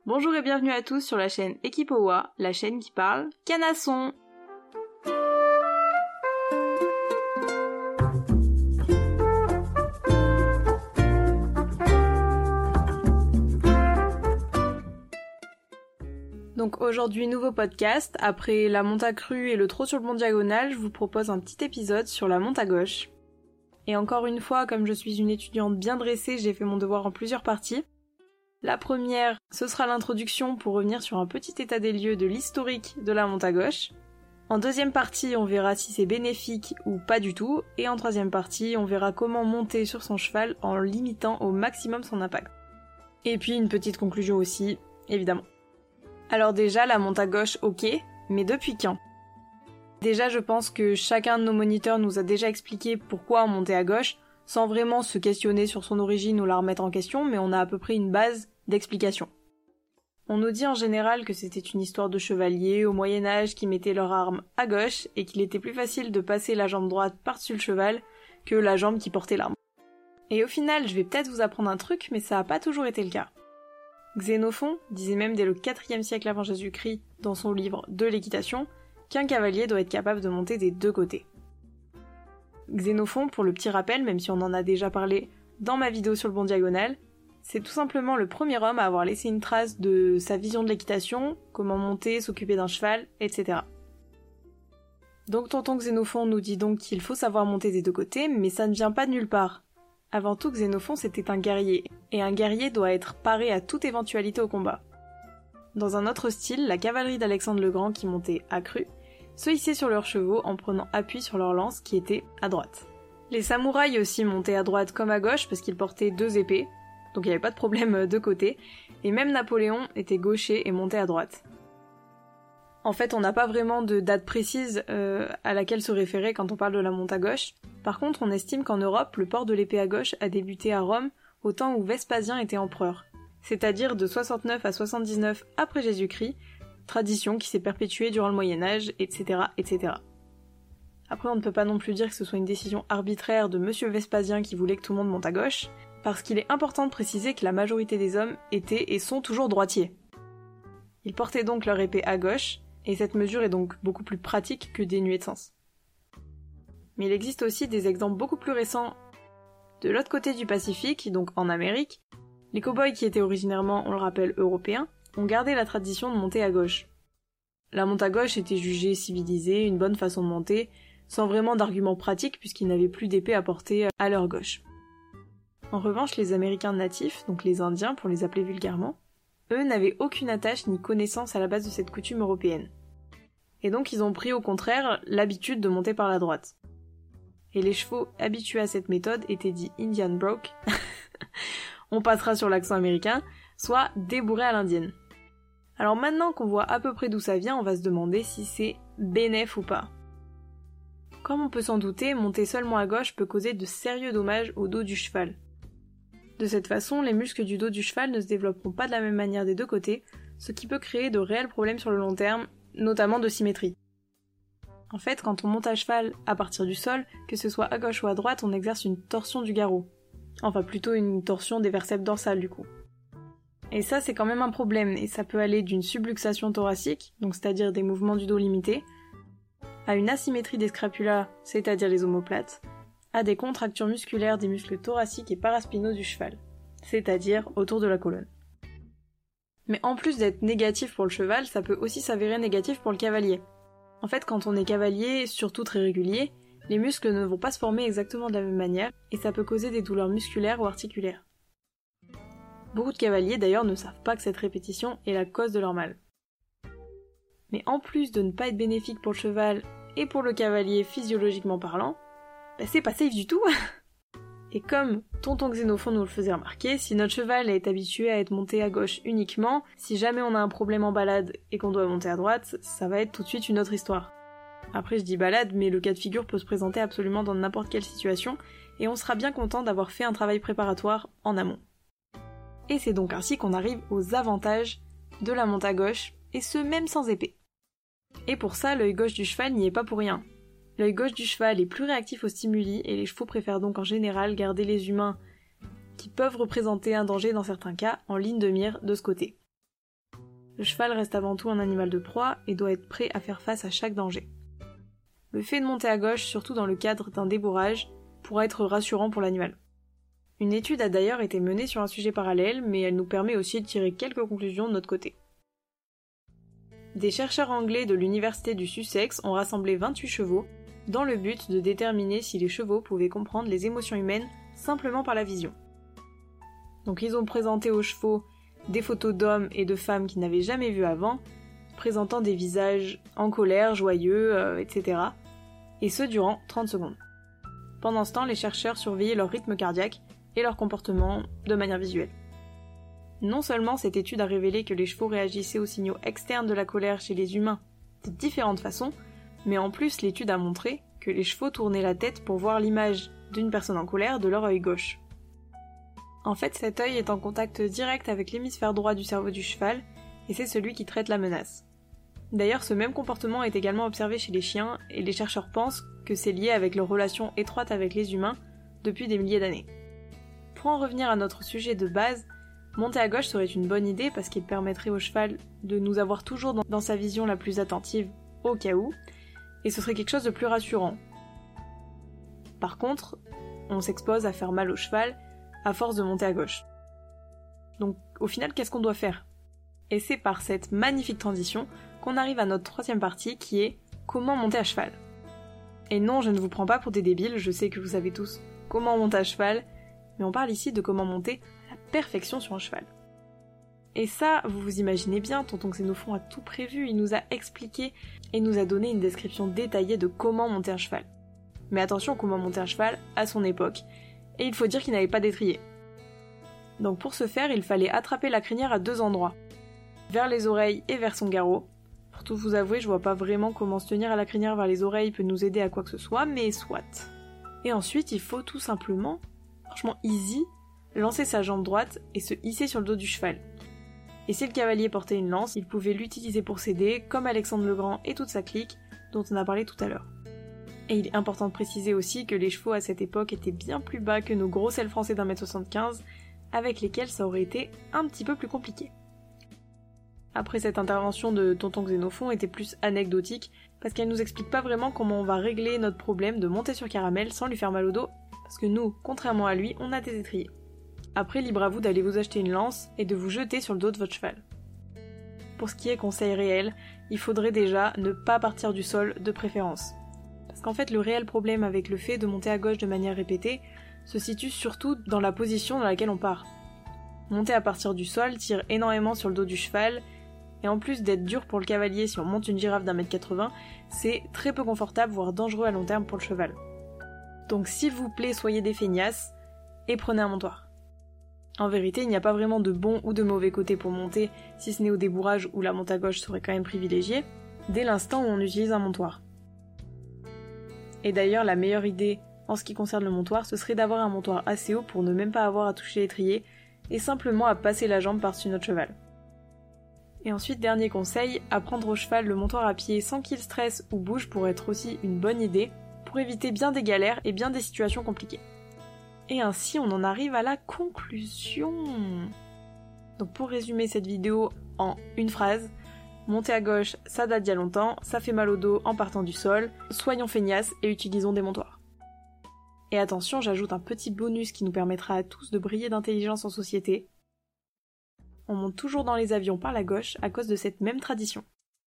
Bonjour et bienvenue à tous sur la chaîne Équipe Owa, la chaîne qui parle canasson. Donc aujourd'hui, nouveau podcast. Après la monte à crue et le trot sur le pont diagonal, je vous propose un petit épisode sur la monte à gauche. Et encore une fois, comme je suis une étudiante bien dressée, j'ai fait mon devoir en plusieurs parties. La première, ce sera l'introduction pour revenir sur un petit état des lieux de l'historique de la monte à gauche. En deuxième partie, on verra si c'est bénéfique ou pas du tout. Et en troisième partie, on verra comment monter sur son cheval en limitant au maximum son impact. Et puis une petite conclusion aussi, évidemment. Alors déjà, la monte à gauche, ok, mais depuis quand ? Déjà, je pense que chacun de nos moniteurs nous a déjà expliqué pourquoi on montait à gauche, sans vraiment se questionner sur son origine ou la remettre en question, mais on a à peu près une base d'explication. On nous dit en général que c'était une histoire de chevaliers au Moyen-Âge qui mettaient leur arme à gauche et qu'il était plus facile de passer la jambe droite par-dessus le cheval que la jambe qui portait l'arme. Et au final, je vais peut-être vous apprendre un truc, mais ça n'a pas toujours été le cas. Xénophon disait même dès le 4e siècle avant Jésus-Christ, dans son livre De l'équitation, qu'un cavalier doit être capable de monter des deux côtés. Xénophon, pour le petit rappel, même si on en a déjà parlé dans ma vidéo sur le pont diagonal, c'est tout simplement le premier homme à avoir laissé une trace de sa vision de l'équitation, comment monter, s'occuper d'un cheval, etc. Donc tonton Xénophon nous dit donc qu'il faut savoir monter des deux côtés, mais ça ne vient pas de nulle part. Avant tout, Xénophon c'était un guerrier, et un guerrier doit être paré à toute éventualité au combat. Dans un autre style, la cavalerie d'Alexandre le Grand qui montait à crue, se hissaient sur leurs chevaux en prenant appui sur leur lance qui était à droite. Les samouraïs aussi montaient à droite comme à gauche parce qu'ils portaient deux épées, donc il n'y avait pas de problème de côté, et même Napoléon était gaucher et montait à droite. En fait, on n'a pas vraiment de date précise à laquelle se référer quand on parle de la monte à gauche. Par contre, on estime qu'en Europe, le port de l'épée à gauche a débuté à Rome au temps où Vespasien était empereur, c'est-à-dire de 69 à 79 après Jésus-Christ, tradition qui s'est perpétuée durant le Moyen-Âge, etc., etc. Après, on ne peut pas non plus dire que ce soit une décision arbitraire de Monsieur Vespasien qui voulait que tout le monde monte à gauche, parce qu'il est important de préciser que la majorité des hommes étaient et sont toujours droitiers. Ils portaient donc leur épée à gauche, et cette mesure est donc beaucoup plus pratique que dénuée de sens. Mais il existe aussi des exemples beaucoup plus récents de l'autre côté du Pacifique, donc en Amérique. Les cow-boys qui étaient originairement, on le rappelle, européens, ont gardé la tradition de monter à gauche. La monte à gauche était jugée civilisée, une bonne façon de monter, sans vraiment d'arguments pratiques puisqu'ils n'avaient plus d'épée à porter à leur gauche. En revanche, les Américains natifs, donc les Indiens pour les appeler vulgairement, eux n'avaient aucune attache ni connaissance à la base de cette coutume européenne. Et donc ils ont pris au contraire l'habitude de monter par la droite. Et les chevaux habitués à cette méthode étaient dits Indian broke, on passera sur l'accent américain, soit débourrés à l'indienne. Alors maintenant qu'on voit à peu près d'où ça vient, on va se demander si c'est bénef ou pas. Comme on peut s'en douter, monter seulement à gauche peut causer de sérieux dommages au dos du cheval. De cette façon, les muscles du dos du cheval ne se développeront pas de la même manière des deux côtés, ce qui peut créer de réels problèmes sur le long terme, notamment de symétrie. En fait, quand on monte à cheval à partir du sol, que ce soit à gauche ou à droite, on exerce une torsion du garrot. Enfin plutôt une torsion des vertèbres dorsales du coup. Et ça c'est quand même un problème, et ça peut aller d'une subluxation thoracique, donc c'est-à-dire des mouvements du dos limités, à une asymétrie des scapula, c'est-à-dire les omoplates, à des contractures musculaires des muscles thoraciques et paraspinaux du cheval, c'est-à-dire autour de la colonne. Mais en plus d'être négatif pour le cheval, ça peut aussi s'avérer négatif pour le cavalier. En fait, quand on est cavalier, surtout très régulier, les muscles ne vont pas se former exactement de la même manière, et ça peut causer des douleurs musculaires ou articulaires. Beaucoup de cavaliers d'ailleurs ne savent pas que cette répétition est la cause de leur mal. Mais en plus de ne pas être bénéfique pour le cheval et pour le cavalier physiologiquement parlant, c'est pas safe du tout. Et comme tonton Xénophon nous le faisait remarquer, si notre cheval est habitué à être monté à gauche uniquement, si jamais on a un problème en balade et qu'on doit monter à droite, ça va être tout de suite une autre histoire. Après je dis balade, mais le cas de figure peut se présenter absolument dans n'importe quelle situation, et on sera bien content d'avoir fait un travail préparatoire en amont. Et c'est donc ainsi qu'on arrive aux avantages de la monte à gauche, et ce même sans épée. Et pour ça, l'œil gauche du cheval n'y est pas pour rien. L'œil gauche du cheval est plus réactif aux stimuli, et les chevaux préfèrent donc en général garder les humains qui peuvent représenter un danger dans certains cas en ligne de mire de ce côté. Le cheval reste avant tout un animal de proie et doit être prêt à faire face à chaque danger. Le fait de monter à gauche, surtout dans le cadre d'un débourrage, pourra être rassurant pour l'animal. Une étude a d'ailleurs été menée sur un sujet parallèle, mais elle nous permet aussi de tirer quelques conclusions de notre côté. Des chercheurs anglais de l'université du Sussex ont rassemblé 28 chevaux dans le but de déterminer si les chevaux pouvaient comprendre les émotions humaines simplement par la vision. Donc ils ont présenté aux chevaux des photos d'hommes et de femmes qu'ils n'avaient jamais vues avant, présentant des visages en colère, joyeux, etc. Et ce durant 30 secondes. Pendant ce temps, les chercheurs surveillaient leur rythme cardiaque et leur comportement de manière visuelle. Non seulement cette étude a révélé que les chevaux réagissaient aux signaux externes de la colère chez les humains de différentes façons, mais en plus l'étude a montré que les chevaux tournaient la tête pour voir l'image d'une personne en colère de leur œil gauche. En fait, cet œil est en contact direct avec l'hémisphère droit du cerveau du cheval, et c'est celui qui traite la menace. D'ailleurs, ce même comportement est également observé chez les chiens, et les chercheurs pensent que c'est lié avec leur relation étroite avec les humains depuis des milliers d'années. Pour en revenir à notre sujet de base, monter à gauche serait une bonne idée parce qu'il permettrait au cheval de nous avoir toujours dans sa vision la plus attentive au cas où, et ce serait quelque chose de plus rassurant. Par contre, on s'expose à faire mal au cheval à force de monter à gauche. Donc au final, qu'est-ce qu'on doit faire ? Et c'est par cette magnifique transition qu'on arrive à notre troisième partie qui est comment monter à cheval. Et non, je ne vous prends pas pour des débiles, je sais que vous savez tous comment monter à cheval, mais on parle ici de comment monter à la perfection sur un cheval. Et ça, vous vous imaginez bien, tonton Xénophon a tout prévu, il nous a expliqué et nous a donné une description détaillée de comment monter un cheval. Mais attention, comment monter un cheval à son époque, et il faut dire qu'il n'avait pas d'étrier. Donc pour ce faire, il fallait attraper la crinière à deux endroits, vers les oreilles et vers son garrot. Pour tout vous avouer, je vois pas vraiment comment se tenir à la crinière vers les oreilles peut nous aider à quoi que ce soit, mais soit. Et ensuite, il faut tout simplement, franchement easy, lancer sa jambe droite et se hisser sur le dos du cheval. Et si le cavalier portait une lance, il pouvait l'utiliser pour s'aider, comme Alexandre le Grand et toute sa clique, dont on a parlé tout à l'heure. Et il est important de préciser aussi que les chevaux à cette époque étaient bien plus bas que nos gros selles français d'1m75, avec lesquels ça aurait été un petit peu plus compliqué. Après, cette intervention de tonton Xénophon était plus anecdotique, parce qu'elle nous explique pas vraiment comment on va régler notre problème de monter sur Caramel sans lui faire mal au dos, parce que nous, contrairement à lui, on a des étriers. Après, libre à vous d'aller vous acheter une lance et de vous jeter sur le dos de votre cheval. Pour ce qui est conseil réel, il faudrait déjà ne pas partir du sol de préférence. Parce qu'en fait, le réel problème avec le fait de monter à gauche de manière répétée se situe surtout dans la position dans laquelle on part. Monter à partir du sol tire énormément sur le dos du cheval, et en plus d'être dur pour le cavalier si on monte une girafe d'1m80, c'est très peu confortable, voire dangereux à long terme pour le cheval. Donc s'il vous plaît, soyez des feignasses, et prenez un montoir. En vérité, il n'y a pas vraiment de bon ou de mauvais côté pour monter, si ce n'est au débourrage où la monte à gauche serait quand même privilégiée, dès l'instant où on utilise un montoir. Et d'ailleurs, la meilleure idée en ce qui concerne le montoir, ce serait d'avoir un montoir assez haut pour ne même pas avoir à toucher l'étrier, et simplement à passer la jambe par-dessus notre cheval. Et ensuite, dernier conseil, apprendre au cheval le montoir à pied sans qu'il stresse ou bouge pourrait être aussi une bonne idée, pour éviter bien des galères et bien des situations compliquées. Et ainsi, on en arrive à la conclusion. Donc pour résumer cette vidéo en une phrase, monter à gauche, ça date d'il y a longtemps, ça fait mal au dos en partant du sol, soyons feignasses et utilisons des montoirs. Et attention, j'ajoute un petit bonus qui nous permettra à tous de briller d'intelligence en société. On monte toujours dans les avions par la gauche à cause de cette même tradition.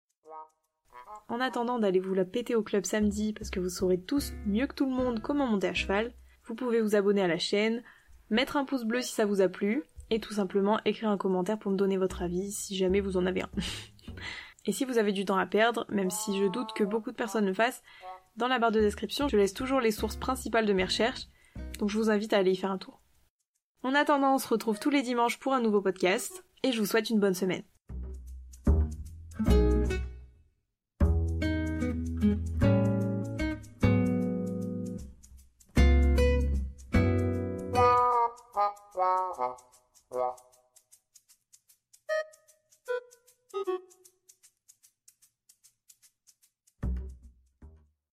En attendant d'aller vous la péter au club samedi parce que vous saurez tous mieux que tout le monde comment monter à cheval, vous pouvez vous abonner à la chaîne, mettre un pouce bleu si ça vous a plu, et tout simplement écrire un commentaire pour me donner votre avis si jamais vous en avez un. Et si vous avez du temps à perdre, même si je doute que beaucoup de personnes le fassent, dans la barre de description, je laisse toujours les sources principales de mes recherches, donc je vous invite à aller y faire un tour. En attendant, on se retrouve tous les dimanches pour un nouveau podcast, et je vous souhaite une bonne semaine.